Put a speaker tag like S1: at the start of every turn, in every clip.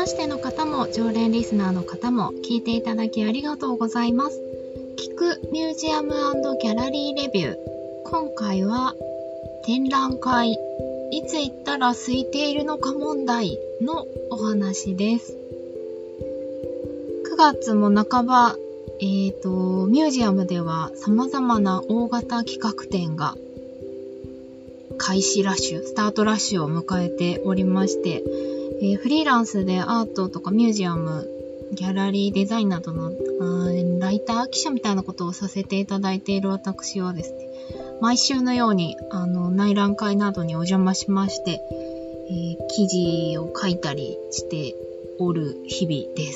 S1: しての方も常連リスナーの方も聞いていただきありがとうございます。聞くミュージアム&ギャラリーレビュー。今回は展覧会いつ行ったら空いているのか問題のお話です。9月も半ば、ミュージアムでは様々な大型企画展が開始ラッシュ、スタートラッシュを迎えておりまして、フリーランスでアートとかミュージアム、ギャラリーデザインなどのライター、記者みたいなことをさせていただいている私はですね、毎週のように内覧会などにお邪魔しまして、記事を書いたりしておる日々です。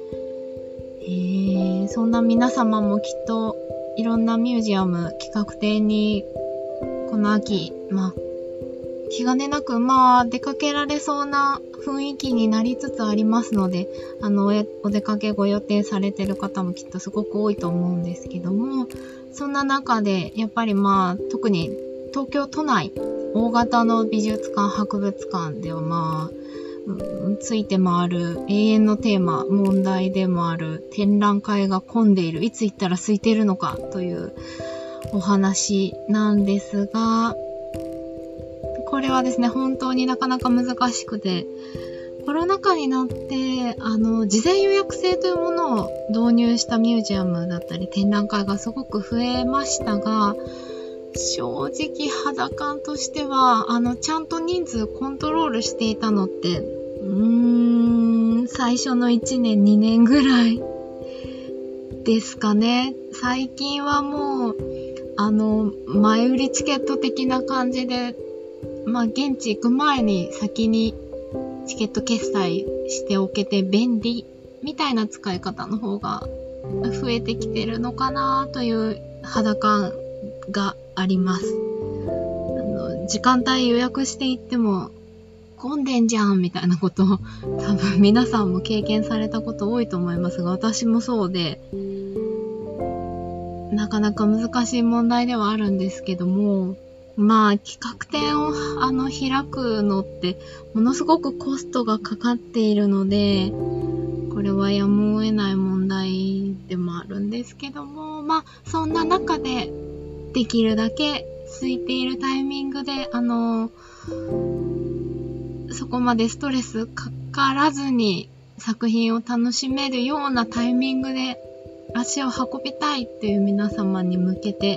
S1: そんな皆様もきっといろんなミュージアム企画展にこの秋、気兼ねなく出かけられそうな雰囲気になりつつありますので、お出かけご予定されている方もきっとすごく多いと思うんですけども、そんな中でやっぱり特に東京都内大型の美術館博物館ではついて回る永遠のテーマ、問題でもある展覧会が混んでいる、いつ行ったら空いているのかというお話なんですが、これはですね、本当になかなか難しくて、コロナ禍になって事前予約制というものを導入したミュージアムだったり展覧会がすごく増えましたが、正直肌感としてはちゃんと人数コントロールしていたのって最初の1年2年ぐらいですかね。最近はもう前売りチケット的な感じで現地行く前に先にチケット決済しておけて便利みたいな使い方の方が増えてきてるのかなという肌感があります。時間帯予約していっても混んでんじゃんみたいなことを多分皆さんも経験されたこと多いと思いますが、私もそうで、なかなか難しい問題ではあるんですけども、企画展を開くのってものすごくコストがかかっているので、これはやむを得ない問題でもあるんですけども、そんな中でできるだけ空いているタイミングでそこまでストレスかからずに作品を楽しめるようなタイミングで足を運びたいっていう皆様に向けて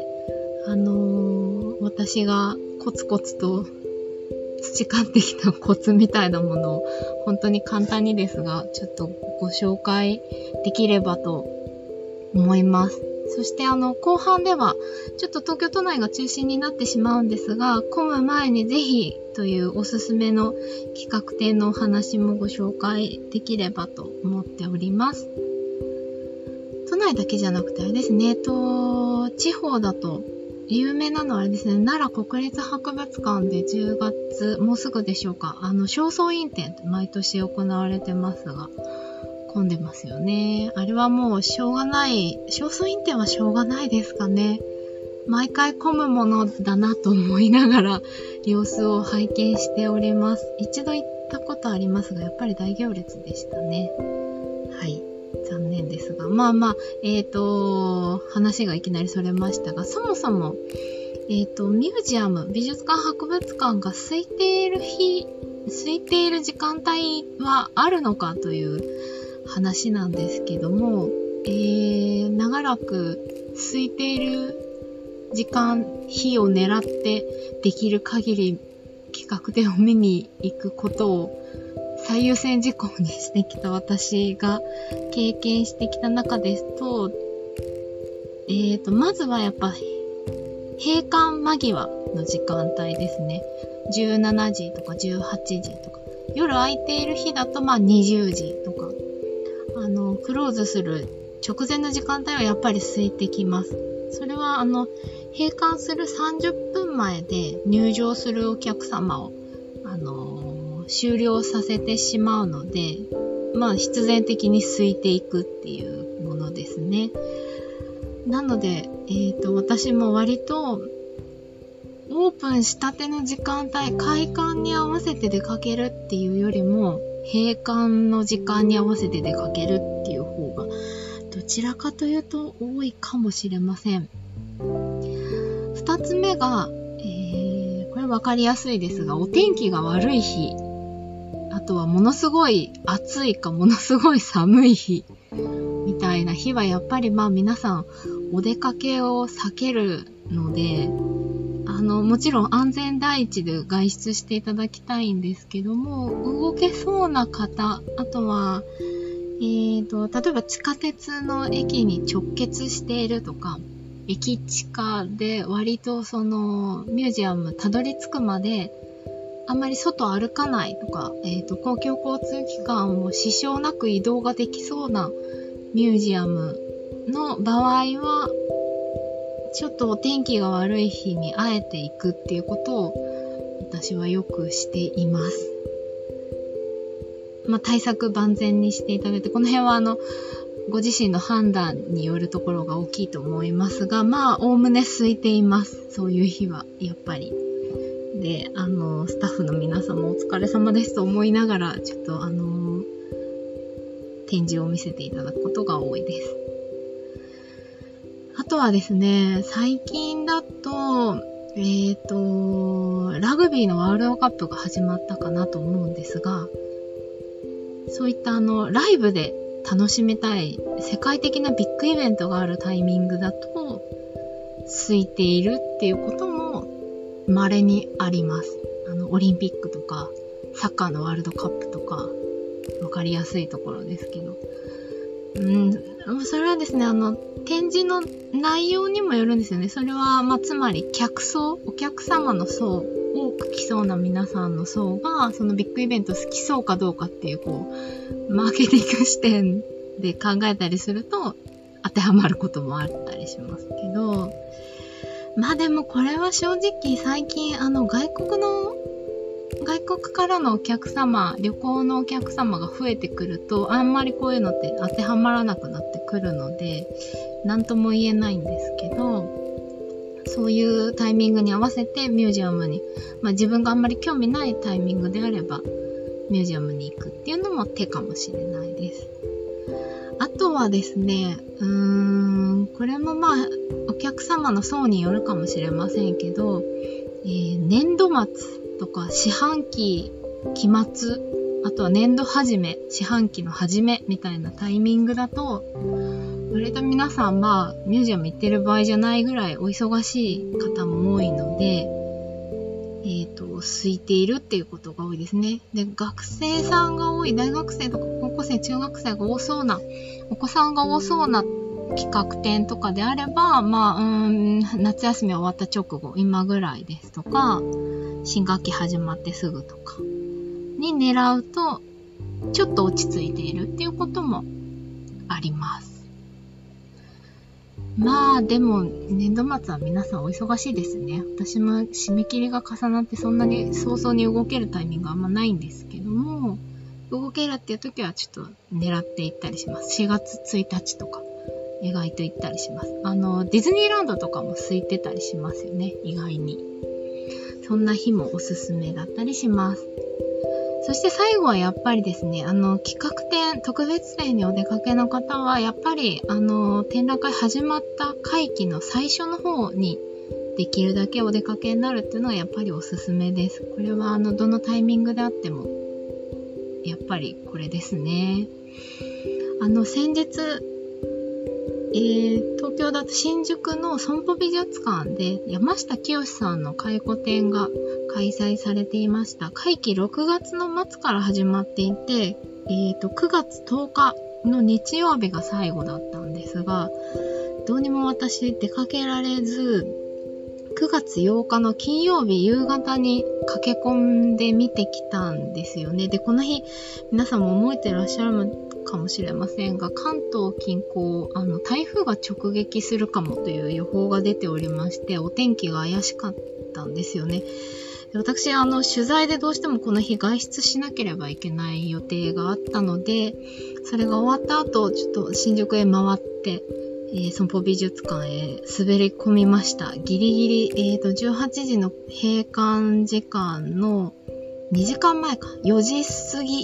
S1: 私がコツコツと培ってきたコツみたいなものを本当に簡単にですがちょっとご紹介できればと思います。そして後半ではちょっと東京都内が中心になってしまうんですが、混む前にぜひというおすすめの企画展のお話もご紹介できればと思っております。都内だけじゃなくてあれですね、地方だと有名なのはあれですね、奈良国立博物館で10月、もうすぐでしょうか、正倉院展って毎年行われてますが、混んでますよね。あれはもうしょうがない、正倉院展はしょうがないですかね。毎回混むものだなと思いながら様子を拝見しております。一度行ったことありますが、やっぱり大行列でしたね。はい。残念ですが。話がいきなりそれましたが、そもそも、ミュージアム、美術館、博物館が空いている時間帯はあるのかという話なんですけども、長らく空いている日を狙ってできる限り企画展を見に行くことを最優先事項にしてきた私が経験してきた中ですと、まずはやっぱ閉館間際の時間帯ですね。17時とか18時とか、夜空いている日だと20時とか、クローズする直前の時間帯はやっぱり空いてきます。それは閉館する30分前で入場するお客様を終了させてしまうので、必然的に空いていくっていうものですね。なので、私も割とオープンしたての時間帯、開館に合わせて出かけるっていうよりも、 閉館の時間に合わせて出かけるっていう方がどちらかというと多いかもしれません。二つ目が、これ分かりやすいですが、お天気が悪い日、あとはものすごい暑いかものすごい寒い日みたいな日はやっぱり皆さんお出かけを避けるので、もちろん安全第一で外出していただきたいんですけども、動けそうな方、あとは、例えば地下鉄の駅に直結しているとか、駅地下で割とミュージアムたどり着くまであんまり外歩かないとか、公共交通機関を支障なく移動ができそうなミュージアムの場合は、ちょっとお天気が悪い日にあえて行くっていうことを私はよくしています。対策万全にしていただいて、この辺はご自身の判断によるところが大きいと思いますが、おおむね空いています。そういう日は、やっぱり。で、スタッフの皆様お疲れ様ですと思いながら、ちょっと展示を見せていただくことが多いです。あとはですね、最近だと、ラグビーのワールドカップが始まったかなと思うんですが、そういったライブで楽しみたい世界的なビッグイベントがあるタイミングだと空いているっていうことも稀にあります。オリンピックとかサッカーのワールドカップとかわかりやすいところですけど、それはですね、展示の内容にもよるんですよね。それはつまりお客様の層、多く来そうな皆さんの層がそのビッグイベント好きそうかどうかっていうマーケティング視点で考えたりすると当てはまることもあったりしますけど、でもこれは正直最近外国からのお客様、旅行のお客様が増えてくるとあんまりこういうのって当てはまらなくなってくるので何とも言えないんですけど、そういうタイミングに合わせてミュージアムに、自分があんまり興味ないタイミングであればミュージアムに行くっていうのも手かもしれないです。あとはですね、これもお客様の層によるかもしれませんけど、年度末とか四半期期末、あとは年度始め、四半期の始めみたいなタイミングだと割と皆さんミュージアム行ってる場合じゃないぐらいお忙しい方も多いので、空いているっていうことが多いですね。で、学生さんが多い、大学生とか高校生、中学生が多そうな、お子さんが多そうな企画展とかであれば、夏休み終わった直後、今ぐらいですとか、新学期始まってすぐとかに狙うと、ちょっと落ち着いているっていうこともあります。でも年度末は皆さんお忙しいですね。私も締め切りが重なってそんなに早々に動けるタイミングがあんまないんですけども、動けるっていう時はちょっと狙っていったりします。4月1日とか意外と行ったりします。ディズニーランドとかも空いてたりしますよね、意外に。そんな日もおすすめだったりします。そして最後はやっぱりですね、企画展、特別展にお出かけの方は、やっぱり、展覧会始まった会期の最初の方に、できるだけお出かけになるっていうのはやっぱりおすすめです。これは、どのタイミングであっても、やっぱりこれですね。先日、東京だと新宿の損保美術館で山下清さんの回顧展が開催されていました。会期6月の末から始まっていて、9月10日の日曜日が最後だったんですが、どうにも私出かけられず、9月8日の金曜日夕方に駆け込んで見てきたんですよね。で、この日皆さんも覚えてらっしゃるかもしれませんが、関東近郊、台風が直撃するかもという予報が出ておりまして、お天気が怪しかったんですよね。で、私、取材でどうしてもこの日外出しなければいけない予定があったので、それが終わった後、ちょっと新宿へ回って、損保美術館へ滑り込みました。ギリギリ、18時の閉館時間の2時間前か、4時過ぎ、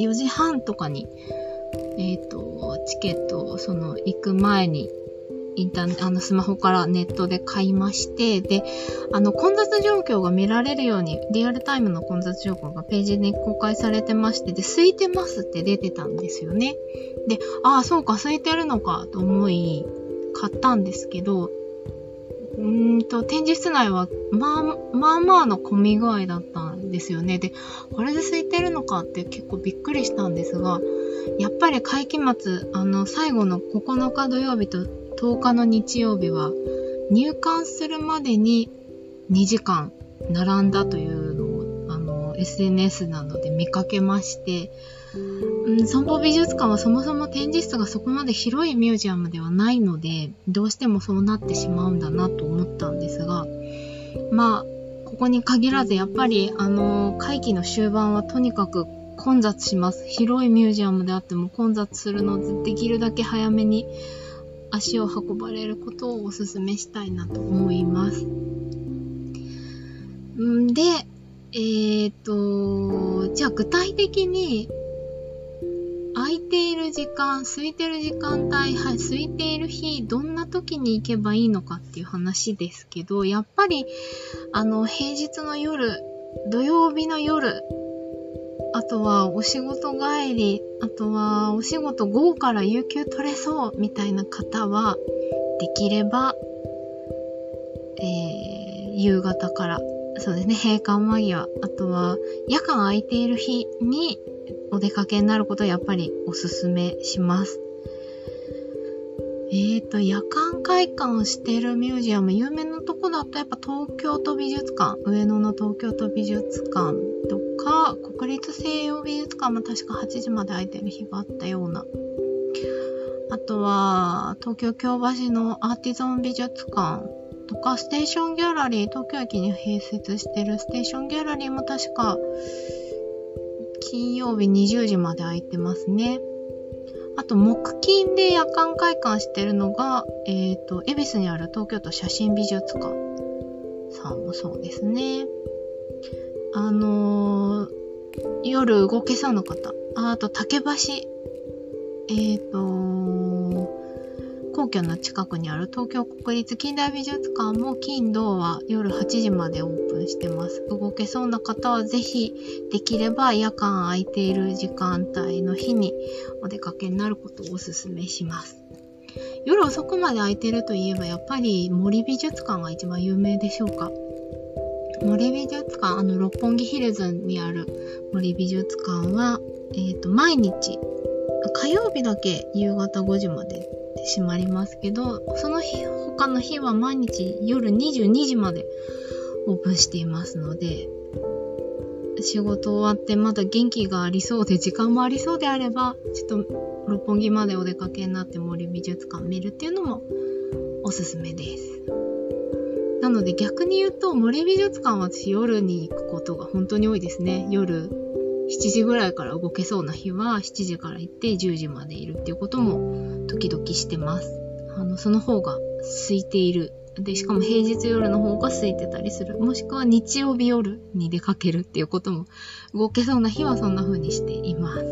S1: 4時半とかに、チケットを行く前に、スマホからネットで買いまして、で、混雑状況が見られるように、リアルタイムの混雑状況がページで公開されてまして、で、空いてますって出てたんですよね。で、そうか、空いてるのかと思い、買ったんですけど、展示室内は、まあの混み具合だったんですよね。で、これで空いてるのかって結構びっくりしたんですが、やっぱり会期末、最後の9日土曜日と10日の日曜日は、入館するまでに2時間並んだというのを、SNS などで見かけまして、損保美術館はそもそも展示室がそこまで広いミュージアムではないので、どうしてもそうなってしまうんだなと思ったんですが、ここに限らずやっぱり会期の終盤はとにかく混雑します。広いミュージアムであっても混雑するので、できるだけ早めに足を運ばれることをお勧めしたいなと思います。で、じゃあ具体的に空いている時間、空いてる時間帯、空いている日、どんな時に行けばいいのかっていう話ですけど、やっぱり、平日の夜、土曜日の夜、あとはお仕事帰り、あとはお仕事午後から有給取れそうみたいな方は、できれば、夕方から、そうですね、閉館間際、あとは夜間空いている日にお出かけになることをやっぱりおすすめします。夜間開館しているミュージアム、有名なとこだとやっぱ東京都美術館、上野の東京都美術館とか、国立西洋美術館も確か8時まで開いてる日があったような。あとは、東京京橋のアーティゾン美術館とか、ステーションギャラリー、東京駅に併設してるステーションギャラリーも確か、金曜日20時まで開いてますね。あと、木金で夜間開館してるのが、恵比寿にある東京都写真美術館さんもそうですね。夜動けそうな方。あと、竹橋。皇居の近くにある東京国立近代美術館も金土は夜8時までオープンしてます。動けそうな方はぜひできれば夜間空いている時間帯の日にお出かけになることをお勧めします。夜遅くまで空いてるといえばやっぱり森美術館が一番有名でしょうか。森美術館、六本木ヒルズにある森美術館は、毎日火曜日だけ夕方5時まで閉まりますけど、その日他の日は毎日夜22時までオープンしていますので、仕事終わってまだ元気がありそうで時間もありそうであれば、ちょっと六本木までお出かけになって森美術館見るっていうのもおすすめです。なので逆に言うと森美術館は私夜に行くことが本当に多いですね。夜7時ぐらいから動けそうな日は7時から行って10時までいるっていうことも時々してます。その方が空いている。で、しかも平日夜の方が空いてたりする。もしくは日曜日夜に出かけるっていうことも、動けそうな日はそんな風にしています。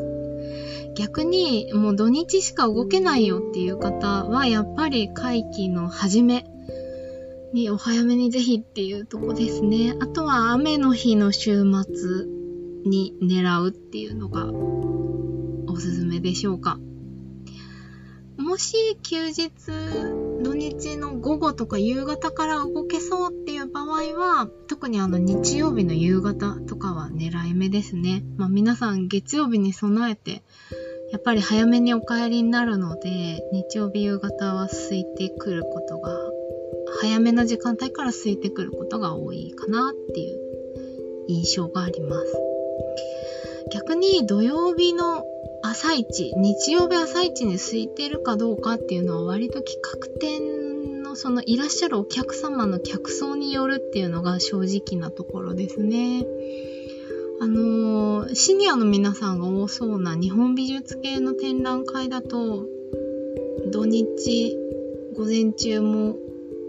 S1: 逆にもう土日しか動けないよっていう方はやっぱり会期の初めにお早めにぜひっていうとこですね。あとは雨の日の週末に狙うっていうのがおすすめでしょうか。もし休日土日の午後とか夕方から動けそうっていう場合は、特に日曜日の夕方とかは狙い目ですね。皆さん月曜日に備えてやっぱり早めにお帰りになるので、日曜日夕方は空いてくることが、早めの時間帯から空いてくることが多いかなっていう印象があります。逆に土曜日の朝一、日曜日朝一に空いてるかどうかっていうのは割と企画展のそのいらっしゃるお客様の客層によるっていうのが正直なところですね。シニアの皆さんが多そうな日本美術系の展覧会だと、土日午前中も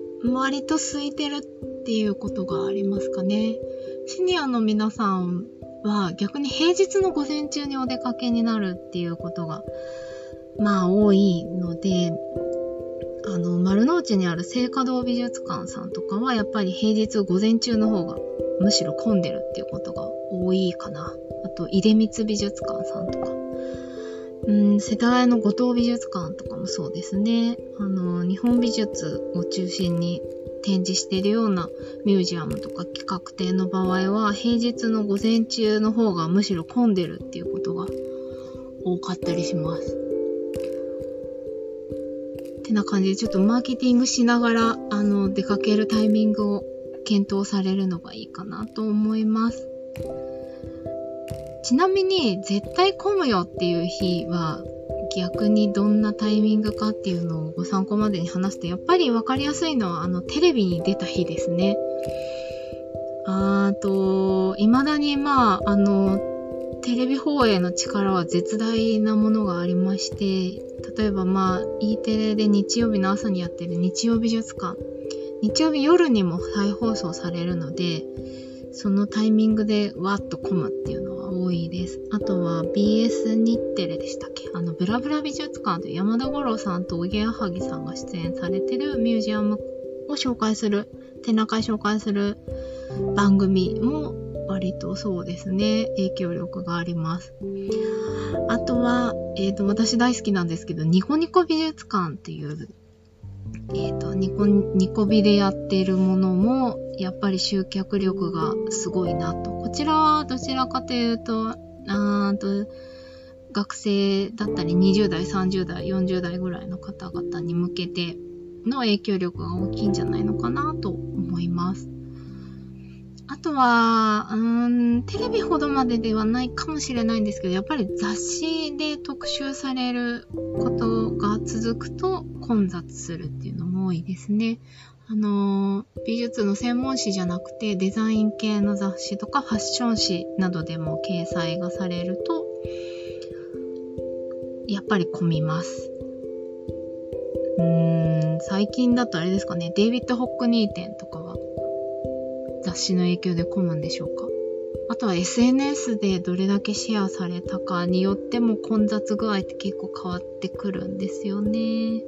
S1: 割と空いてるっていうことがありますかね。シニアの皆さんは逆に平日の午前中にお出かけになるっていうことがまあ多いので、丸の内にある聖華堂美術館さんとかはやっぱり平日午前中の方がむしろ混んでるっていうことが多いかな。あと出光美術館さんとか、世田谷の後藤美術館とかもそうですね。日本美術を中心に展示しているようなミュージアムとか企画展の場合は平日の午前中の方がむしろ混んでるっていうことが多かったりします。ってな感じでちょっとマーケティングしながら出かけるタイミングを検討されるのがいいかなと思います。ちなみに絶対混むよっていう日は逆にどんなタイミングかっていうのをご参考までに話すと、やっぱり分かりやすいのはテレビに出た日ですね。未だにテレビ放映の力は絶大なものがありまして、例えばE テレで日曜日の朝にやってる日曜美術館、日曜日夜にも再放送されるので、そのタイミングでわっと混むっていうのは多いです。あとは BS 日テレでしたっけ、ブラブラ美術館という山田五郎さんとおぎやはぎさんが出演されてるミュージアムを紹介する、展覧会紹介する番組も割とそうですね、影響力があります。あとは、私大好きなんですけど、ニコニコ美術館っていう、ニコビでやっているものも、やっぱり集客力がすごいなと。こちらはどちらかというと、学生だったり20代、30代、40代ぐらいの方々に向けての影響力が大きいんじゃないのかなと思います。あとは、テレビほどまでではないかもしれないんですけど、やっぱり雑誌で特集されることが続くと混雑するっていうのも多いですね。美術の専門誌じゃなくてデザイン系の雑誌とかファッション誌などでも掲載がされると、やっぱり混みます。最近だとあれですかね、デイビッド・ホックニー展とかは雑誌の影響で混むんでしょうか。あとは SNS でどれだけシェアされたかによっても混雑具合って結構変わってくるんですよね。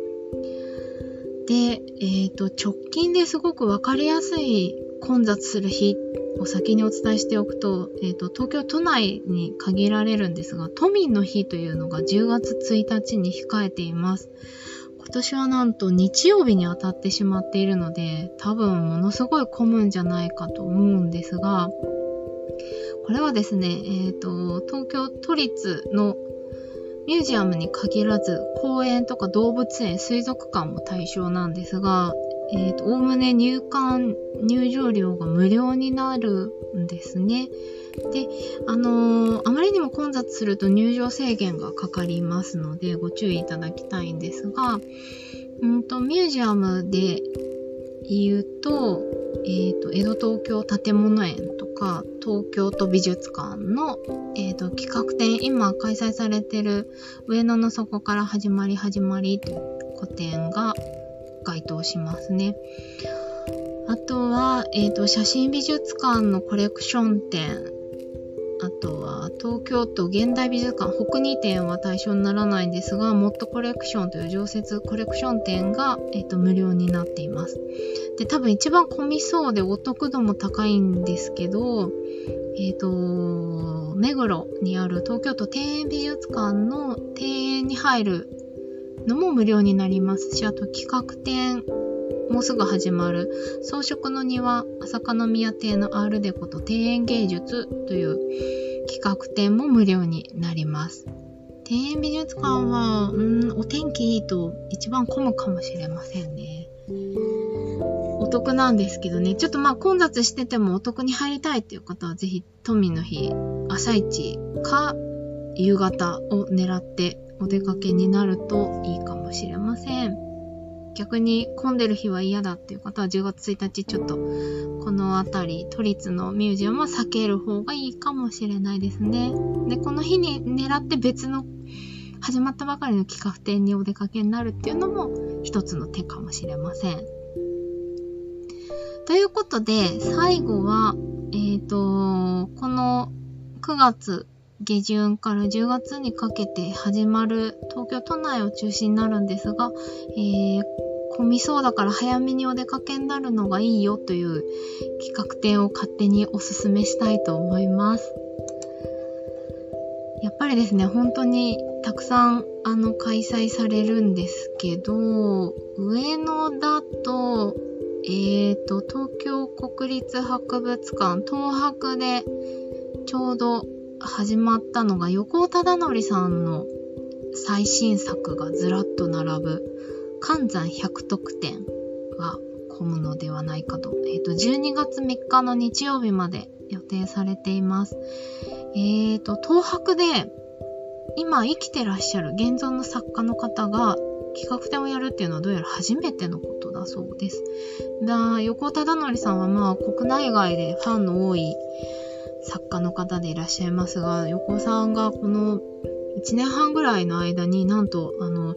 S1: で、直近ですごくわかりやすい混雑する日を先にお伝えしておくと、東京都内に限られるんですが、都民の日というのが10月1日に控えています。今年はなんと日曜日に当たってしまっているので、多分ものすごい混むんじゃないかと思うんですが、これはですね、東京都立のミュージアムに限らず、公園とか動物園、水族館も対象なんですが、おおむね入場料が無料になるんですね。で、あまりにも混雑すると入場制限がかかりますので、ご注意いただきたいんですが、ミュージアムで言うと、江戸東京建物園とか、東京都美術館の、企画展、今開催されている上野の底から始まりという個展が該当しますね。あとは、写真美術館のコレクション展、あとは東京都現代美術館北2展は対象にならないんですが、モットコレクションという常設コレクション展が、無料になっています。で、多分一番混みそうでお得度も高いんですけど、目黒にある東京都庭園美術館の庭園に入るのも無料になりますし、あと企画展もうすぐ始まる装飾の庭朝香宮邸のアールデコと庭園芸術という企画展も無料になります。庭園美術館はお天気いいと一番混むかもしれませんね。お得なんですけどね、ちょっと混雑しててもお得に入りたいっていう方はぜひ都民の日朝一か夕方を狙ってお出かけになるといいかもしれません。逆に混んでる日は嫌だっていう方は10月1日ちょっとこの辺り都立のミュージアムは避ける方がいいかもしれないですね。で、この日に狙って別の始まったばかりの企画展にお出かけになるっていうのも一つの手かもしれません。ということで最後はこの 9月下旬から10月にかけて始まる東京都内を中心になるんですが、混みそうだから早めにお出かけになるのがいいよという企画展を勝手におすすめしたいと思います。やっぱりですね、本当にたくさん開催されるんですけど、上野だと、東京国立博物館東博でちょうど始まったのが横尾忠則さんの最新作がずらっと並ぶ関山百徳展が混むのではないかと、12月3日の日曜日まで予定されています。東博で今生きてらっしゃる現存の作家の方が企画展をやるっていうのはどうやら初めてのことだそうです。横尾忠則さんは国内外でファンの多い作家の方でいらっしゃいますが、横尾さんがこの1年半ぐらいの間になんと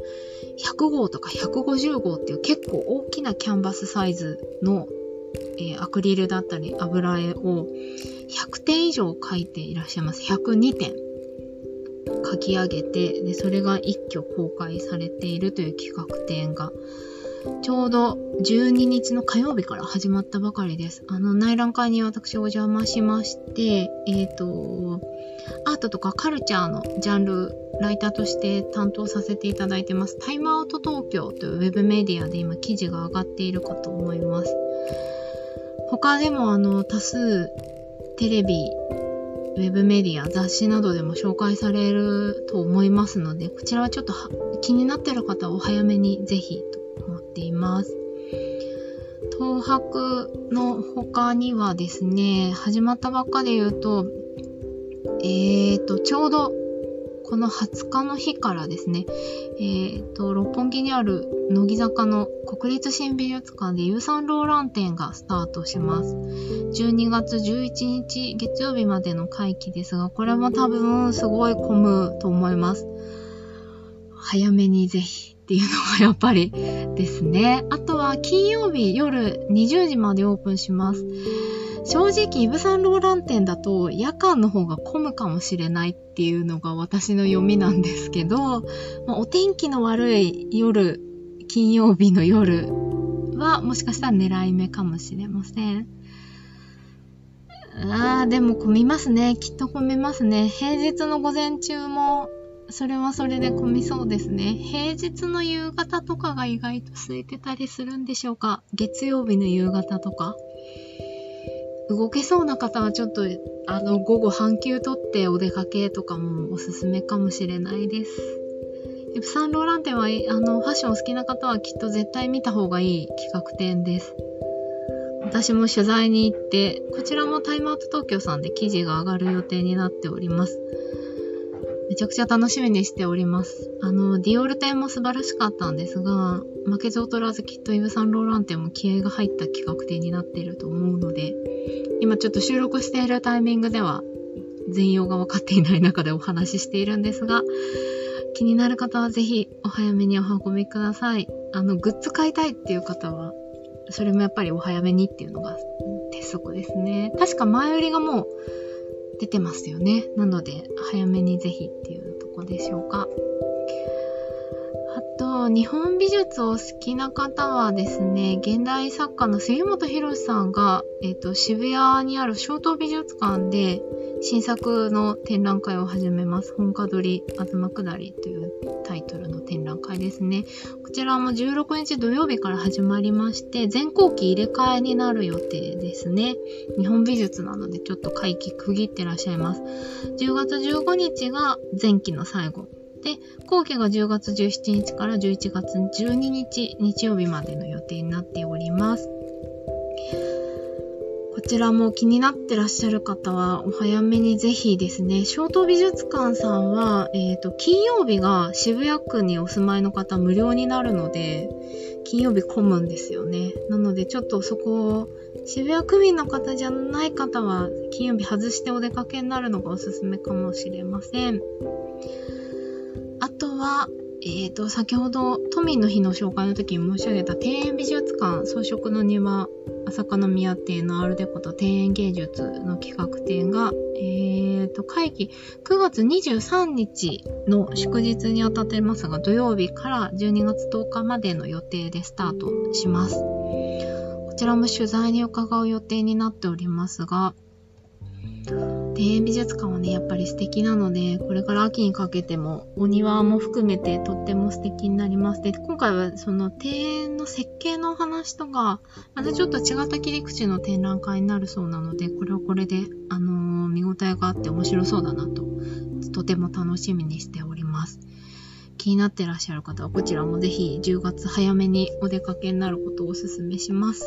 S1: 100号とか150号っていう結構大きなキャンバスサイズの、アクリルだったり油絵を100点以上描いていらっしゃいます。102点描き上げて、でそれが一挙公開されているという企画展がちょうど12日の火曜日から始まったばかりです。内覧会に私お邪魔しまして、アートとかカルチャーのジャンルライターとして担当させていただいてます。タイムアウト東京というウェブメディアで今記事が上がっているかと思います。他でも多数テレビ、ウェブメディア、雑誌などでも紹介されると思いますので、こちらはちょっと気になっている方はお早めにぜひと思っています。東博の他にはですね、始まったばっかで言うと、ちょうどこの20日の日からですね、六本木にある乃木坂の国立新美術館でユーサンローラン展がスタートします。12月11日月曜日までの会期ですが、これも多分すごい混むと思います。早めにぜひっていうのがやっぱりですね。あとは金曜日夜20時までオープンします。正直イヴ・サンローラン展だと夜間の方が混むかもしれないっていうのが私の読みなんですけど、お天気の悪い夜、金曜日の夜はもしかしたら狙い目かもしれません。でも混みますね。きっと混みますね。平日の午前中もそれはそれで混みそうですね。平日の夕方とかが意外と空いてたりするんでしょうか。月曜日の夕方とか。動けそうな方はちょっと午後半休取ってお出かけとかもおすすめかもしれないです。イヴ・サンローラン展はファッション好きな方はきっと絶対見た方がいい企画展です。私も取材に行って、こちらもタイムアウト東京さんで記事が上がる予定になっております。めちゃくちゃ楽しみにしております。ディオール展も素晴らしかったんですが、負けず劣らずきっとイヴ・サンローラン展も気合が入った企画展になっていると思うので、今ちょっと収録しているタイミングでは全容が分かっていない中でお話ししているんですが、気になる方はぜひお早めにお運びください。グッズ買いたいっていう方はそれもやっぱりお早めにっていうのが鉄則ですね。確か前売りがもう出てますよね。なので早めにぜひっていうとこでしょうか。あと日本美術を好きな方はですね、現代作家の杉本博さんが、渋谷にある松濤美術館で新作の展覧会を始めます。本歌取り東下りというタイトルの展覧会ですね。こちらも16日土曜日から始まりまして、前後期入れ替えになる予定ですね。日本美術なのでちょっと会期区切ってらっしゃいます。10月15日が前期の最後で、後期が10月17日から11月12日日曜日までの予定になっております。こちらも気になってらっしゃる方はお早めにぜひですね。松濤美術館さんは、金曜日が渋谷区にお住まいの方無料になるので、金曜日混むんですよね。なのでちょっとそこを渋谷区民の方じゃない方は金曜日外してお出かけになるのがおすすめかもしれません。あとは、 先ほど都民の日の紹介の時に申し上げた庭園美術館装飾の庭朝香宮邸のアールデコと庭園芸術の企画展が、会期9月23日の祝日にあたってますが、土曜日から12月10日までの予定でスタートします。こちらも取材に伺う予定になっておりますが、庭園美術館はね、やっぱり素敵なので、これから秋にかけてもお庭も含めてとっても素敵になります。で、今回はその庭園の設計のお話とか、またちょっと違った切り口の展覧会になるそうなので、これはこれで、見応えがあって面白そうだなと、とても楽しみにしております。気になってらっしゃる方はこちらもぜひ10月早めにお出かけになることをお勧めします。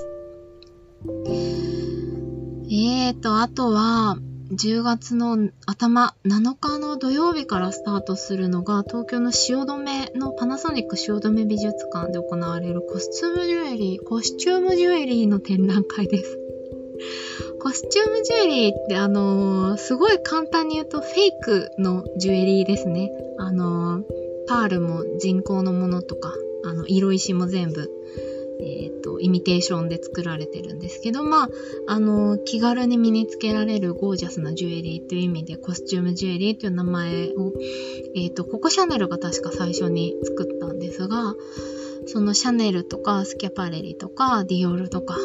S1: あとは、10月の頭7日の土曜日からスタートするのが東京の汐留のパナソニック汐留美術館で行われるコスチュームジュエリーの展覧会です。コスチュームジュエリーってすごい簡単に言うとフェイクのジュエリーですね。パールも人工のものとか、色石も全部イミテーションで作られてるんですけど、気軽に身につけられるゴージャスなジュエリーという意味でコスチュームジュエリーという名前を、ココシャネルが確か最初に作ったんですが、そのシャネルとかスキャパレリとかディオールとか、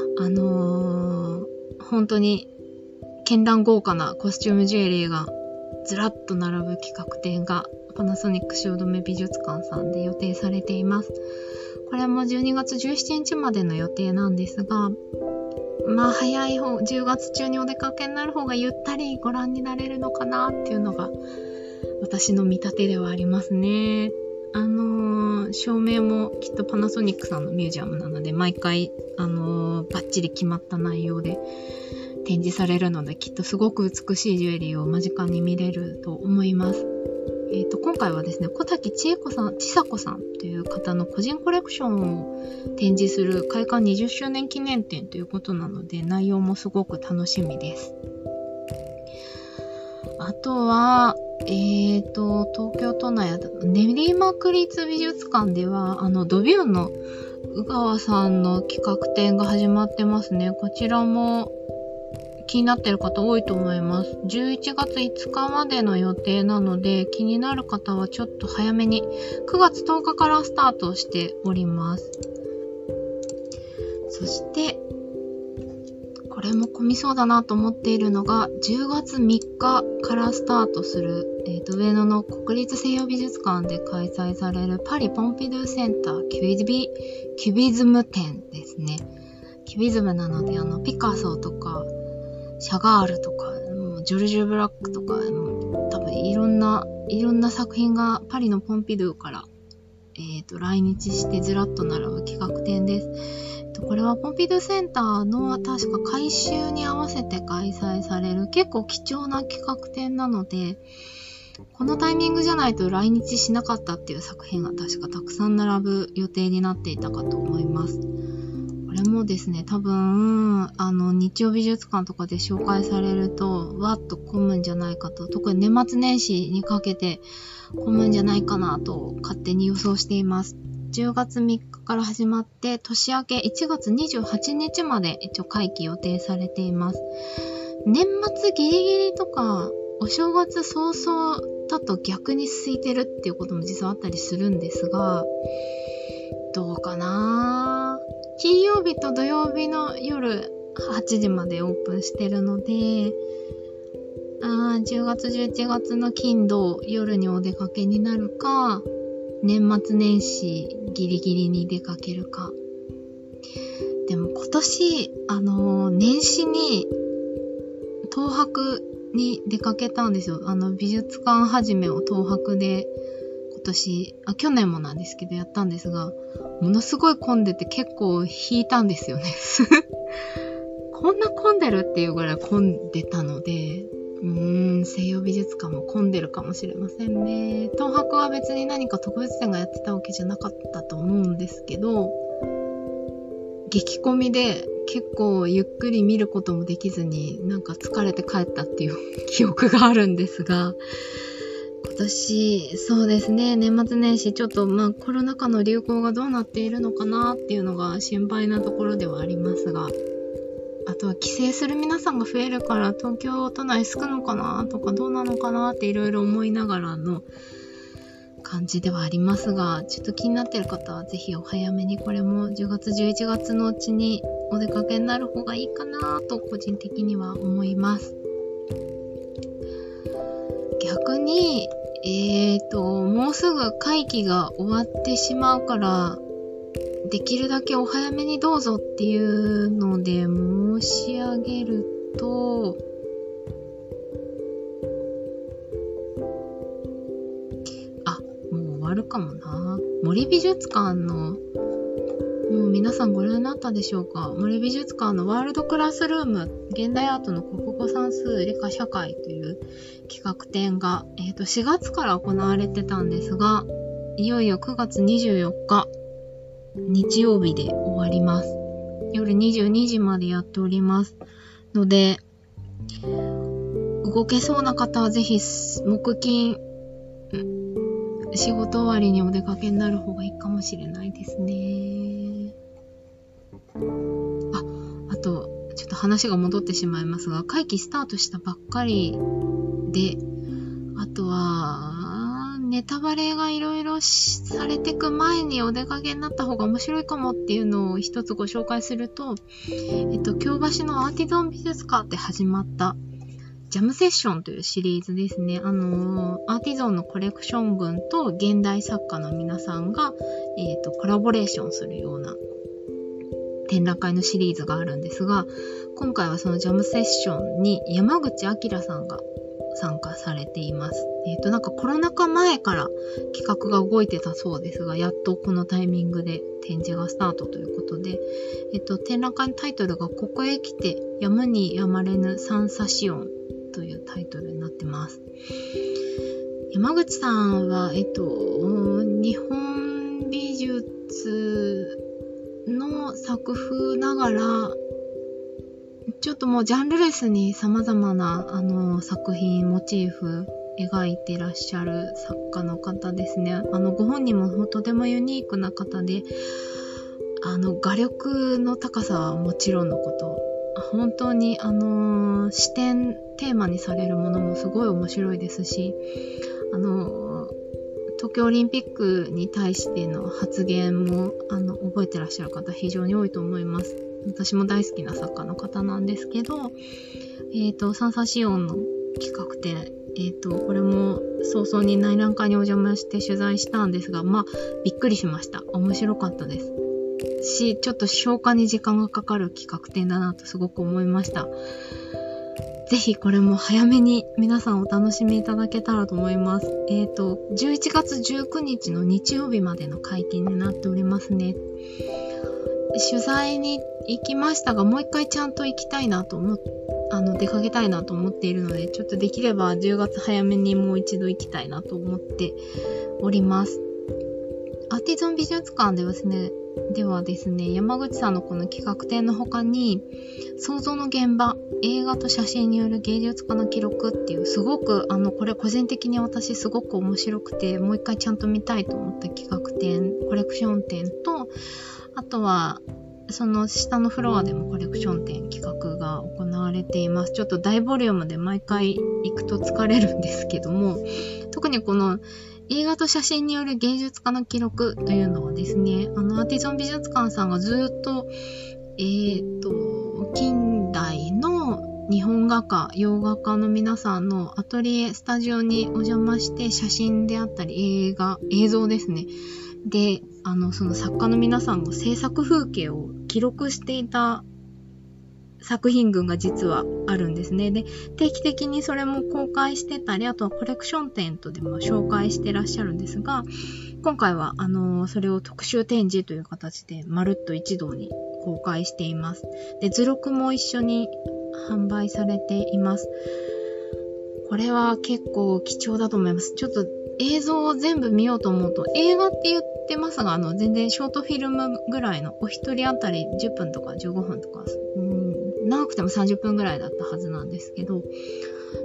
S1: 本当に絢爛豪華なコスチュームジュエリーがずらっと並ぶ企画展がパナソニック汐留美術館さんで予定されています。これも12月17日までの予定なんですが、早い方、10月中にお出かけになる方がゆったりご覧になれるのかなっていうのが私の見立てではありますね。照明もきっとパナソニックさんのミュージアムなので毎回バッチリ決まった内容で展示されるので、きっとすごく美しいジュエリーを間近に見れると思います。今回はですね、小滝千佐子さんという方の個人コレクションを展示する開館20周年記念展ということなので、内容もすごく楽しみです。あとは、東京都内練馬区立美術館では、ドビューンの宇川さんの企画展が始まってますね。こちらも気になってる方多いと思います。11月5日までの予定なので、気になる方はちょっと早めに9月10日からスタートしております。そしてこれも混みそうだなと思っているのが10月3日からスタートする、上野の国立西洋美術館で開催されるパリポンピドゥセンターキュビズム展ですね。キュビズムなのでピカソとかシャガールとかジョルジュ・ブラックとか多分いろんな作品がパリのポンピドゥから来日してずらっと並ぶ企画展です。これはポンピドゥセンターの確か改修に合わせて開催される結構貴重な企画展なので、このタイミングじゃないと来日しなかったっていう作品が確かたくさん並ぶ予定になっていたかと思います。これもですね、多分日曜美術館とかで紹介されるとわっと混むんじゃないかと、特に年末年始にかけて混むんじゃないかなと勝手に予想しています。10月3日から始まって年明け1月28日まで一応会期予定されています。年末ギリギリとかお正月早々だと逆に空いてるっていうことも実はあったりするんですが、どうかな。金曜日と土曜日の夜8時までオープンしてるので、10月11月の金土夜にお出かけになるか、年末年始ギリギリに出かけるか。でも今年年始に東博に出かけたんですよ。美術館始めを東博で去年もなんですけどやったんですが、ものすごい混んでて結構引いたんですよね。こんな混んでるっていうぐらい混んでたので、西洋美術館も混んでるかもしれませんね。東博は別に何か特別展がやってたわけじゃなかったと思うんですけど、激混みで結構ゆっくり見ることもできずになんか疲れて帰ったっていう記憶があるんですが、今今年、そうですね、年末年始、ちょっとコロナ禍の流行がどうなっているのかなっていうのが心配なところではありますが、あとは帰省する皆さんが増えるから東京都内少のかなとかどうなのかなっていろいろ思いながらの感じではありますが、ちょっと気になっている方はぜひお早めにこれも10月11月のうちにお出かけになる方がいいかなと個人的には思います。逆にもうすぐ会期が終わってしまうからできるだけお早めにどうぞっていうので申し上げると、もう終わるかもな。森美術館の、もう皆さんご覧になったでしょうか。森美術館のワールドクラスルーム現代アートの国語算数理科社会という企画展が、4月から行われてたんですが、いよいよ9月24日日曜日で終わります。夜22時までやっておりますので、動けそうな方はぜひ木金仕事終わりにお出かけになる方がいいかもしれないですね。あとちょっと話が戻ってしまいますが、会期スタートしたばっかりで、あとはネタバレがいろいろされてく前にお出かけになった方が面白いかもっていうのを一つご紹介すると、京橋のアーティゾン美術館で始まったジャムセッションというシリーズですね。アーティゾンのコレクション群と現代作家の皆さんが、コラボレーションするような展覧会のシリーズがあるんですが、今回はそのジャムセッションに山口明さんが参加されています。なんかコロナ禍前から企画が動いてたそうですが、やっとこのタイミングで展示がスタートということで、展覧会のタイトルがここへ来てやむにやまれぬサンサシオンというタイトルになってます。山口さんは、日本美術の作風ながら、ちょっともうジャンルレスに様々な作品、モチーフ描いてらっしゃる作家の方ですね。ご本人もとてもユニークな方で、画力の高さはもちろんのこと、本当に視点テーマにされるものもすごい面白いですし、東京オリンピックに対しての発言も覚えてらっしゃる方非常に多いと思います。私も大好きな作家の方なんですけど、サンサシオンの企画展、これも早々に内覧会にお邪魔して取材したんですが、びっくりしました。面白かったですし、ちょっと消化に時間がかかる企画展だなとすごく思いました。ぜひこれも早めに皆さんお楽しみいただけたらと思います。11月19日の日曜日までの会期になっておりますね。取材に行きましたが、もう一回ちゃんと行きたいなと出かけたいなと思っているので、ちょっとできれば10月早めにもう一度行きたいなと思っております。アーティゾン美術館ではですね、山口さんのこの企画展の他に、創造の現場、映画と写真による芸術家の記録っていう、すごくこれ個人的に私すごく面白くて、もう一回ちゃんと見たいと思った企画展、コレクション展と、あとはその下のフロアでもコレクション展企画が行われています。ちょっと大ボリュームで毎回行くと疲れるんですけども、特にこの映画と写真による芸術家の記録というのはですね、アーティゾン美術館さんがずっと、近代の日本画家、洋画家の皆さんのアトリエ、スタジオにお邪魔して写真であったり映像ですね。で、その作家の皆さんが制作風景を記録していた作品群が実はあるんですね。で、定期的にそれも公開してたり、あとはコレクション展とでも紹介してらっしゃるんですが、今回はそれを特集展示という形でまるっと一堂に公開しています。で、図録も一緒に販売されています。これは結構貴重だと思います。ちょっと映像を全部見ようと思うと、映画って言ってますが、全然ショートフィルムぐらいのお一人当たり10分とか15分とか、長くても30分ぐらいだったはずなんですけど、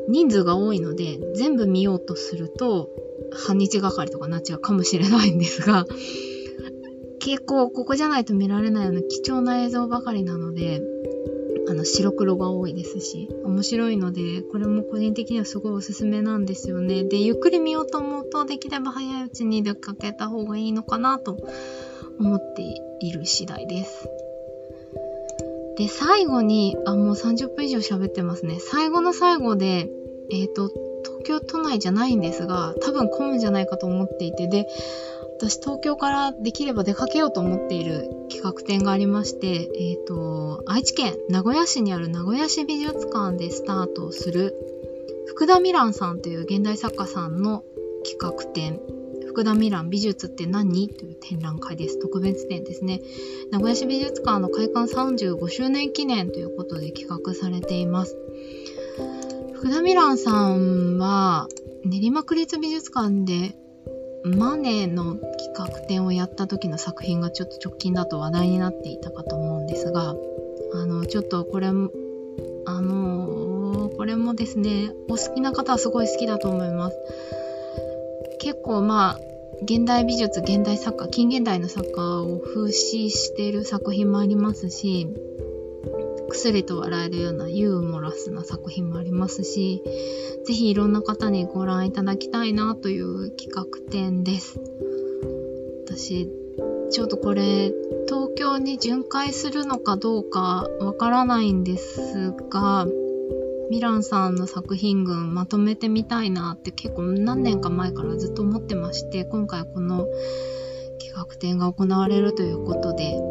S1: 人数が多いので、全部見ようとすると、半日がかりとかなっちゃうかもしれないんですが、結構ここじゃないと見られないような貴重な映像ばかりなので、白黒が多いですし、面白いので、これも個人的にはすごいおすすめなんですよね。で、ゆっくり見ようと思うと、できれば早いうちに出かけた方がいいのかなと思っている次第です。で、最後に、もう30分以上喋ってますね。最後の最後で、東京都内じゃないんですが、多分混むんじゃないかと思っていて、で、私東京からできれば出かけようと思っている企画展がありまして、愛知県名古屋市にある名古屋市美術館でスタートする福田美蘭さんという現代作家さんの企画展、福田美蘭美術って何？という展覧会です。特別展ですね。名古屋市美術館の開館35周年記念ということで企画されています。福田美蘭さんは練馬区立美術館でマネの企画展をやった時の作品がちょっと直近だと話題になっていたかと思うんですが、ちょっとこれもですね、お好きな方はすごい好きだと思います。結構現代美術、現代作家、近現代の作家を風刺している作品もありますし、くすりと笑えるようなユーモラスな作品もありますし、ぜひいろんな方にご覧いただきたいなという企画展です。私、ちょっとこれ、東京に巡回するのかどうかわからないんですが、ミランさんの作品群まとめてみたいなって結構何年か前からずっと思ってまして、今回この企画展が行われるということで、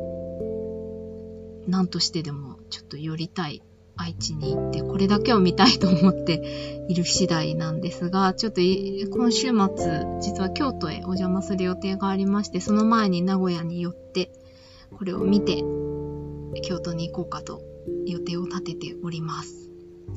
S1: 何としてでもちょっと寄りたい、愛知に行ってこれだけを見たいと思っている次第なんですが、ちょっと今週末実は京都へお邪魔する予定がありまして、その前に名古屋に寄ってこれを見て京都に行こうかと予定を立てております。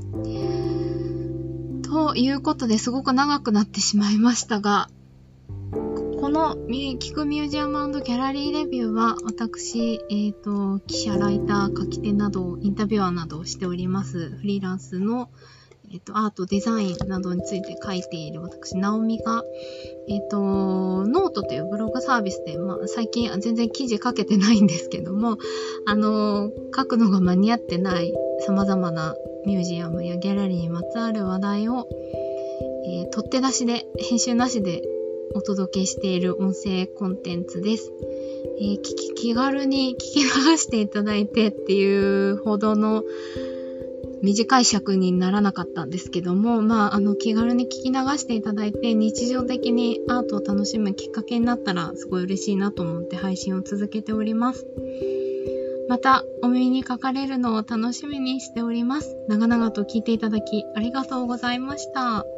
S1: ということですごく長くなってしまいましたが、この聞くミュージアム&ギャラリーレビューは私、記者、ライター、書き手など、インタビュアーなどをしております。フリーランスの、アート、デザインなどについて書いている私、ナオミが、ノートというブログサービスで、最近全然記事書けてないんですけども、書くのが間に合ってない様々なミュージアムやギャラリーにまつわる話題を、取って出しで、編集なしでお届けしている音声コンテンツです。気軽に聞き流していただいてっていうほどの短い尺にならなかったんですけども、気軽に聞き流していただいて日常的にアートを楽しむきっかけになったらすごい嬉しいなと思って配信を続けております。またお耳にかかれるのを楽しみにしております。長々と聞いていただきありがとうございました。